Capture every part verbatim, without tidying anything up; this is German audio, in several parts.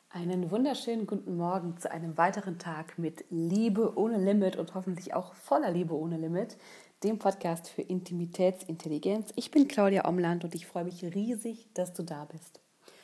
Einen wunderschönen guten Morgen zu einem weiteren Tag mit Liebe ohne Limit und hoffentlich auch voller Liebe ohne Limit, dem Podcast für Intimitätsintelligenz. Ich bin Claudia Omland und ich freue mich riesig, dass du da bist.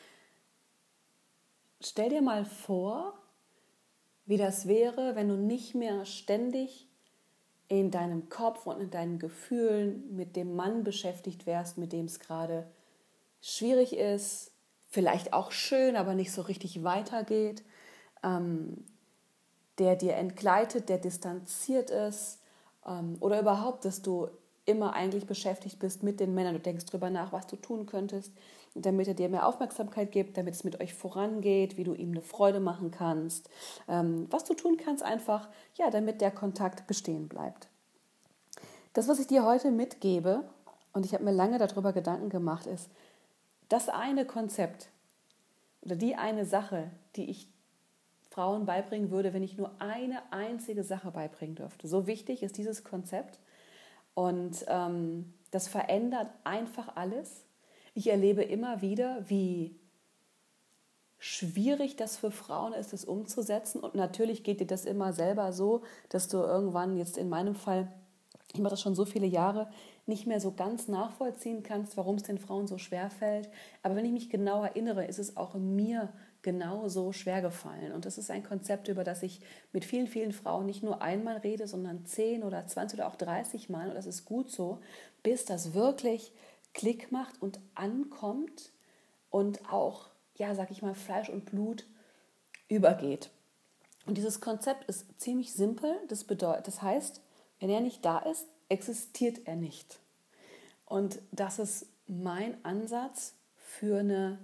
Stell dir mal vor, wie das wäre, wenn du nicht mehr ständig in deinem Kopf und in deinen Gefühlen mit dem Mann beschäftigt wärst, mit dem es gerade schwierig ist, vielleicht auch schön, aber nicht so richtig weitergeht, ähm, der dir entgleitet, der distanziert ist, ähm, oder überhaupt, dass du immer eigentlich beschäftigt bist mit den Männern. Du denkst drüber nach, was du tun könntest, damit er dir mehr Aufmerksamkeit gibt, damit es mit euch vorangeht, wie du ihm eine Freude machen kannst, ähm, was du tun kannst einfach, ja, damit der Kontakt bestehen bleibt. Das, was ich dir heute mitgebe, und ich habe mir lange darüber Gedanken gemacht, ist, das eine Konzept oder die eine Sache, die ich Frauen beibringen würde, wenn ich nur eine einzige Sache beibringen dürfte. So wichtig ist dieses Konzept und ähm, das verändert einfach alles. Ich erlebe immer wieder, wie schwierig das für Frauen ist, das umzusetzen, und natürlich geht dir das immer selber so, dass du irgendwann jetzt in meinem Fall, ich mache das schon so viele Jahre, nicht mehr so ganz nachvollziehen kannst, warum es den Frauen so schwer fällt. Aber wenn ich mich genau erinnere, ist es auch mir genauso schwer gefallen. Und das ist ein Konzept, über das ich mit vielen, vielen Frauen nicht nur einmal rede, sondern zehn oder zwanzig oder auch dreißig Mal. Und das ist gut so, bis das wirklich Klick macht und ankommt und auch, ja, sag ich mal, Fleisch und Blut übergeht. Und dieses Konzept ist ziemlich simpel. Das bedeutet, das heißt, wenn er nicht da ist, existiert er nicht. Und das ist mein Ansatz für eine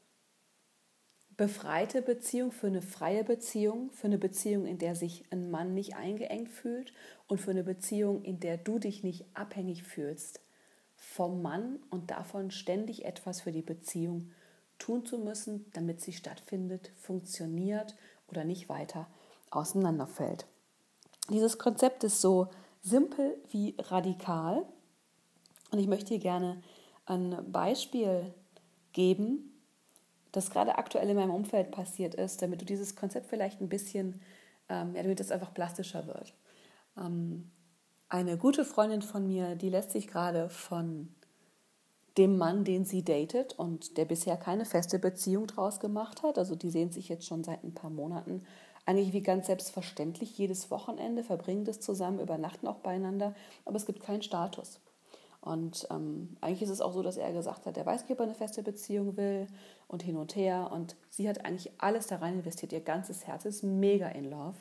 befreite Beziehung, für eine freie Beziehung, für eine Beziehung, in der sich ein Mann nicht eingeengt fühlt und für eine Beziehung, in der du dich nicht abhängig fühlst vom Mann und davon ständig etwas für die Beziehung tun zu müssen, damit sie stattfindet, funktioniert oder nicht weiter auseinanderfällt. Dieses Konzept ist so simpel wie radikal. Und ich möchte dir gerne ein Beispiel geben, das gerade aktuell in meinem Umfeld passiert ist, damit du dieses Konzept vielleicht ein bisschen, ähm, ja, damit es einfach plastischer wird. Ähm, eine gute Freundin von mir, die lässt sich gerade von dem Mann, den sie datet und der bisher keine feste Beziehung draus gemacht hat, also die sehen sich jetzt schon seit ein paar Monaten, eigentlich wie ganz selbstverständlich jedes Wochenende, verbringen das zusammen, übernachten auch beieinander, aber es gibt keinen Status. Und ähm, eigentlich ist es auch so, dass er gesagt hat, er weiß nicht, ob er eine feste Beziehung will und hin und her. Und sie hat eigentlich alles da rein investiert, ihr ganzes Herz ist mega in love.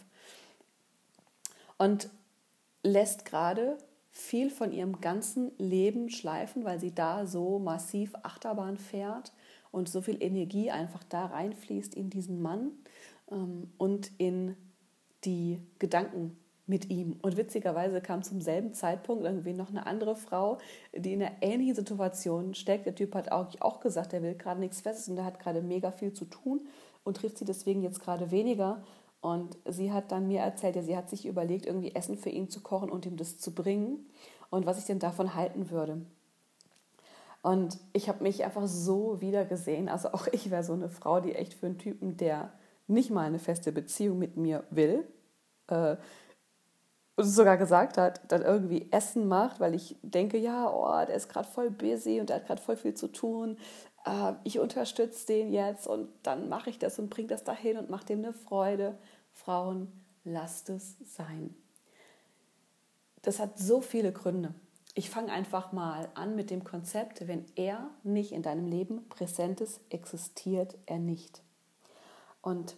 Und lässt gerade viel von ihrem ganzen Leben schleifen, weil sie da so massiv Achterbahn fährt und so viel Energie einfach da reinfließt in diesen Mann ähm, und in die Gedanken mit ihm. Und witzigerweise kam zum selben Zeitpunkt irgendwie noch eine andere Frau, die in einer ähnlichen Situation steckt. Der Typ hat auch, auch gesagt, er will gerade nichts Festes und er hat gerade mega viel zu tun und trifft sie deswegen jetzt gerade weniger. Und sie hat dann mir erzählt, ja, sie hat sich überlegt, irgendwie Essen für ihn zu kochen und ihm das zu bringen und was ich denn davon halten würde. Und ich habe mich einfach so wieder gesehen. Also auch ich wäre so eine Frau, die echt für einen Typen, der nicht mal eine feste Beziehung mit mir will, äh, sogar gesagt hat, dann irgendwie Essen macht, weil ich denke, ja, oh, der ist gerade voll busy und der hat gerade voll viel zu tun. Äh, ich unterstütze den jetzt und dann mache ich das und bringe das dahin und mache dem eine Freude. Frauen, lasst es sein. Das hat so viele Gründe. Ich fange einfach mal an mit dem Konzept, wenn er nicht in deinem Leben präsent ist, existiert er nicht. Und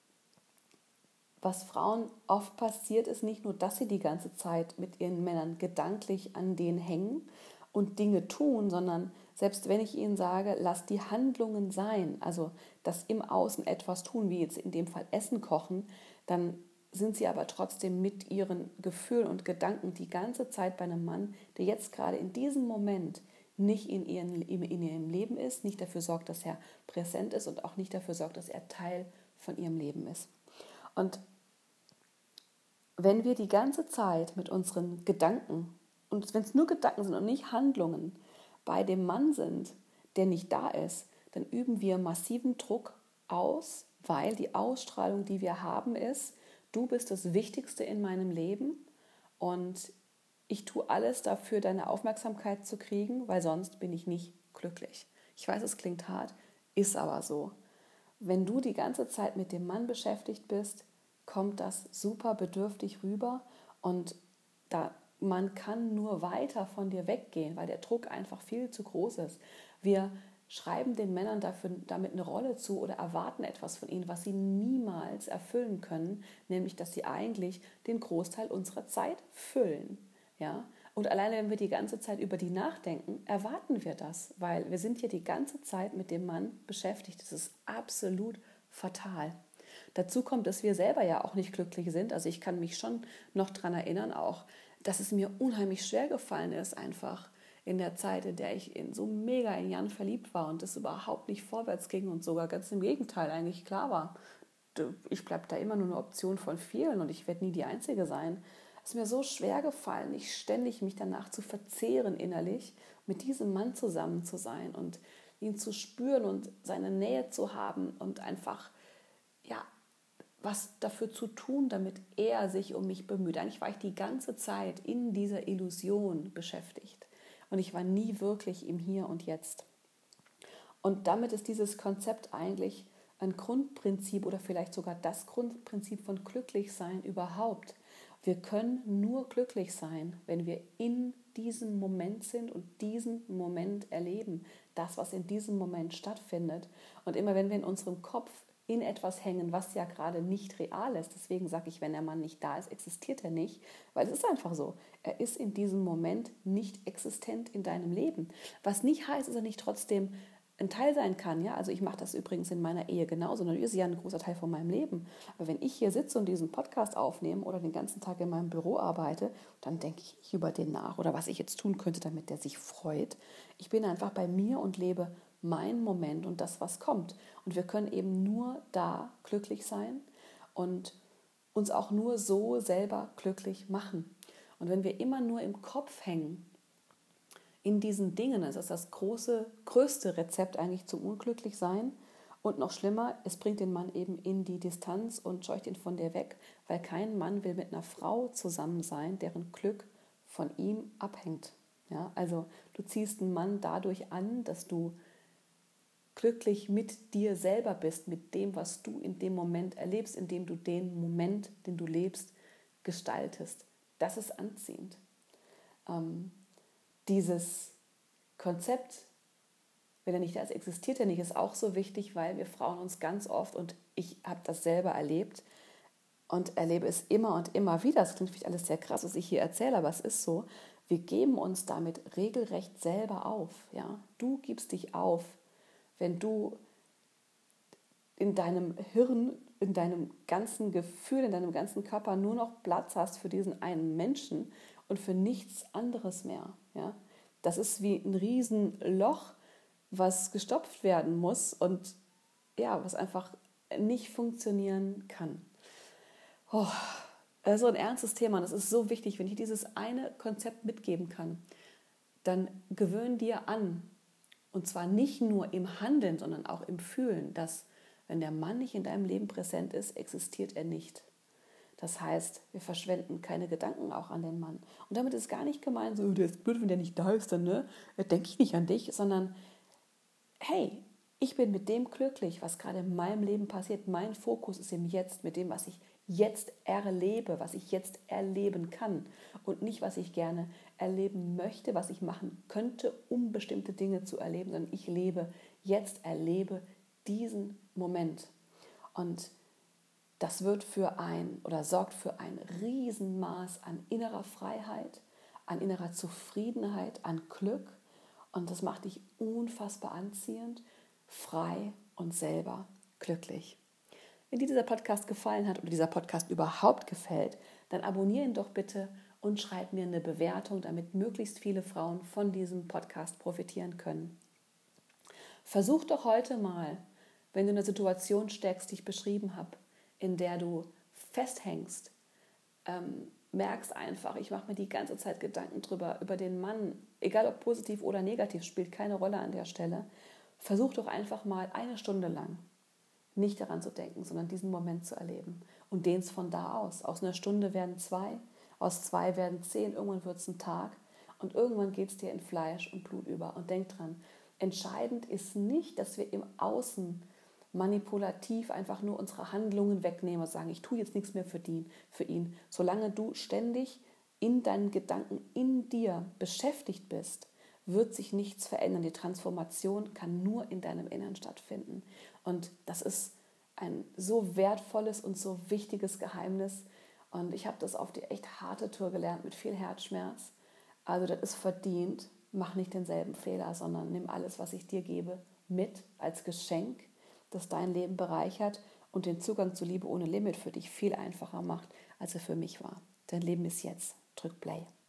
was Frauen oft passiert, ist nicht nur, dass sie die ganze Zeit mit ihren Männern gedanklich an denen hängen und Dinge tun, sondern selbst wenn ich ihnen sage, lass die Handlungen sein, also dass im Außen etwas tun, wie jetzt in dem Fall Essen kochen, dann sind sie aber trotzdem mit ihren Gefühlen und Gedanken die ganze Zeit bei einem Mann, der jetzt gerade in diesem Moment nicht in, ihren, in ihrem Leben ist, nicht dafür sorgt, dass er präsent ist und auch nicht dafür sorgt, dass er Teil von ihrem Leben ist. Und wenn wir die ganze Zeit mit unseren Gedanken, und wenn es nur Gedanken sind und nicht Handlungen, bei dem Mann sind, der nicht da ist, dann üben wir massiven Druck aus, weil die Ausstrahlung, die wir haben, ist, du bist das Wichtigste in meinem Leben und ich tue alles dafür, deine Aufmerksamkeit zu kriegen, weil sonst bin ich nicht glücklich. Ich weiß, es klingt hart, ist aber so. Wenn du die ganze Zeit mit dem Mann beschäftigt bist, kommt das super bedürftig rüber und da, man kann nur weiter von dir weggehen, weil der Druck einfach viel zu groß ist. Wir schreiben den Männern dafür, damit eine Rolle zu oder erwarten etwas von ihnen, was sie niemals erfüllen können, nämlich dass sie eigentlich den Großteil unserer Zeit füllen. Ja? Und alleine wenn wir die ganze Zeit über die nachdenken, erwarten wir das, weil wir sind hier die ganze Zeit mit dem Mann beschäftigt. Das ist absolut fatal. Dazu kommt, dass wir selber ja auch nicht glücklich sind. Also ich kann mich schon noch daran erinnern, auch, dass es mir unheimlich schwer gefallen ist, einfach in der Zeit, in der ich in so mega in Jan verliebt war und es überhaupt nicht vorwärts ging und sogar ganz im Gegenteil eigentlich klar war, ich bleibe da immer nur eine Option von vielen und ich werde nie die Einzige sein. Es ist mir so schwer gefallen, nicht ständig mich danach zu verzehren innerlich, mit diesem Mann zusammen zu sein und ihn zu spüren und seine Nähe zu haben und einfach, ja, was dafür zu tun, damit er sich um mich bemüht. Eigentlich war ich die ganze Zeit in dieser Illusion beschäftigt und ich war nie wirklich im Hier und Jetzt. Und damit ist dieses Konzept eigentlich ein Grundprinzip oder vielleicht sogar das Grundprinzip von Glücklichsein überhaupt. Wir können nur glücklich sein, wenn wir in diesem Moment sind und diesen Moment erleben, das, was in diesem Moment stattfindet. Und immer wenn wir in unserem Kopf in etwas hängen, was ja gerade nicht real ist, deswegen sage ich, wenn der Mann nicht da ist, existiert er nicht, weil es ist einfach so, er ist in diesem Moment nicht existent in deinem Leben. Was nicht heißt, dass er nicht trotzdem ein Teil sein kann, ja, also ich mache das übrigens in meiner Ehe genauso, natürlich ist sie ja ein großer Teil von meinem Leben, aber wenn ich hier sitze und diesen Podcast aufnehme oder den ganzen Tag in meinem Büro arbeite, dann denke ich nicht über den nach oder was ich jetzt tun könnte, damit der sich freut. Ich bin einfach bei mir und lebe meinen Moment und das, was kommt. Und wir können eben nur da glücklich sein und uns auch nur so selber glücklich machen. Und wenn wir immer nur im Kopf hängen, in diesen Dingen, das ist das große, größte Rezept eigentlich zum Unglücklichsein. Und noch schlimmer, es bringt den Mann eben in die Distanz und scheucht ihn von dir weg, weil kein Mann will mit einer Frau zusammen sein, deren Glück von ihm abhängt. Ja, also du ziehst einen Mann dadurch an, dass du glücklich mit dir selber bist, mit dem, was du in dem Moment erlebst, indem du den Moment, den du lebst, gestaltest. Das ist anziehend. Ähm, Dieses Konzept, wenn er nicht da ist, existiert er nicht, ist auch so wichtig, weil wir Frauen uns ganz oft, und ich habe das selber erlebt und erlebe es immer und immer wieder, das klingt vielleicht alles sehr krass, was ich hier erzähle, aber es ist so, wir geben uns damit regelrecht selber auf. Ja? Du gibst dich auf, wenn du in deinem Hirn, in deinem ganzen Gefühl, in deinem ganzen Körper nur noch Platz hast für diesen einen Menschen und für nichts anderes mehr. Ja? Das ist wie ein Riesenloch, was gestopft werden muss und ja, was einfach nicht funktionieren kann. Oh, das ist so ein ernstes Thema und es ist so wichtig, wenn ich dieses eine Konzept mitgeben kann, dann gewöhn dir an, und zwar nicht nur im Handeln, sondern auch im Fühlen, dass wenn der Mann nicht in deinem Leben präsent ist, existiert er nicht. Das heißt, wir verschwenden keine Gedanken auch an den Mann. Und damit ist gar nicht gemeint, so, der ist blöd, wenn der nicht da ist, dann ne, denke ich nicht an dich, sondern hey, ich bin mit dem glücklich, was gerade in meinem Leben passiert. Mein Fokus ist im Jetzt, mit dem, was ich jetzt erlebe, was ich jetzt erleben kann und nicht, was ich gerne erleben möchte, was ich machen könnte, um bestimmte Dinge zu erleben, sondern ich lebe jetzt, erlebe diesen Moment. Und das wird für ein oder sorgt für ein Riesenmaß an innerer Freiheit, an innerer Zufriedenheit, an Glück und das macht dich unfassbar anziehend, frei und selber glücklich. Wenn dir dieser Podcast gefallen hat oder dieser Podcast überhaupt gefällt, dann abonniere ihn doch bitte und schreib mir eine Bewertung, damit möglichst viele Frauen von diesem Podcast profitieren können. Versuch doch heute mal, wenn du in einer Situation steckst, die ich beschrieben habe, in der du festhängst, ähm, merkst einfach, ich mache mir die ganze Zeit Gedanken drüber, über den Mann, egal ob positiv oder negativ, spielt keine Rolle an der Stelle. Versuch doch einfach mal eine Stunde lang, nicht daran zu denken, sondern diesen Moment zu erleben. Und dehn's von da aus. Aus einer Stunde werden zwei, aus zwei werden zehn, irgendwann wird es ein Tag und irgendwann geht es dir in Fleisch und Blut über. Und denk dran, entscheidend ist nicht, dass wir im Außen manipulativ einfach nur unsere Handlungen wegnehmen und sagen, ich tue jetzt nichts mehr für ihn, für ihn. Solange du ständig in deinen Gedanken, in dir beschäftigt bist, wird sich nichts verändern. Die Transformation kann nur in deinem Innern stattfinden. Und das ist ein so wertvolles und so wichtiges Geheimnis. Und ich habe das auf die echt harte Tour gelernt mit viel Herzschmerz. Also das ist verdient. Mach nicht denselben Fehler, sondern nimm alles, was ich dir gebe, mit als Geschenk, das dein Leben bereichert und den Zugang zu Liebe ohne Limit für dich viel einfacher macht, als er für mich war. Dein Leben ist jetzt. Drück Play.